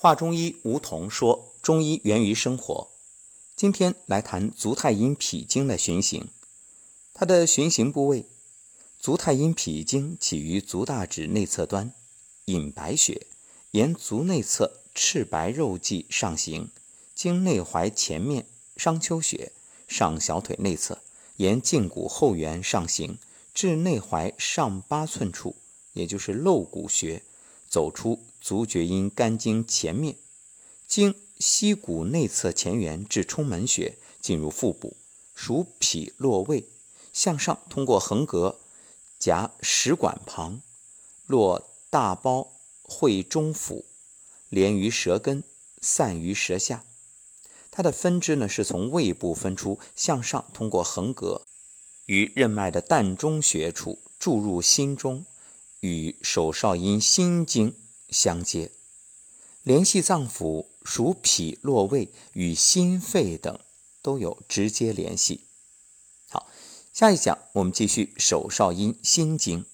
华中医吴桐说，中医源于生活。今天来谈足太阴脾经的循行。它的循行部位，足太阴脾经起于足大趾内侧端，引白血，沿足内侧赤白肉际上行，经内踝前面商丘穴上小腿内侧，沿胫骨后缘上行，至内踝上8寸处，也就是漏骨穴，走出足厥阴肝经前面，经膝骨内侧前缘至冲门穴，进入腹部，属脾络胃，向上通过横膈夹食管旁，络大包会中府，连于舌根，散于舌下。它的分支呢，是从胃部分出，向上通过横膈，于任脉的膻中穴处注入心中，与手少阴心经相接，联系脏腑，属脾络胃，与心肺等都有直接联系。好，下一讲我们继续手少阴心经。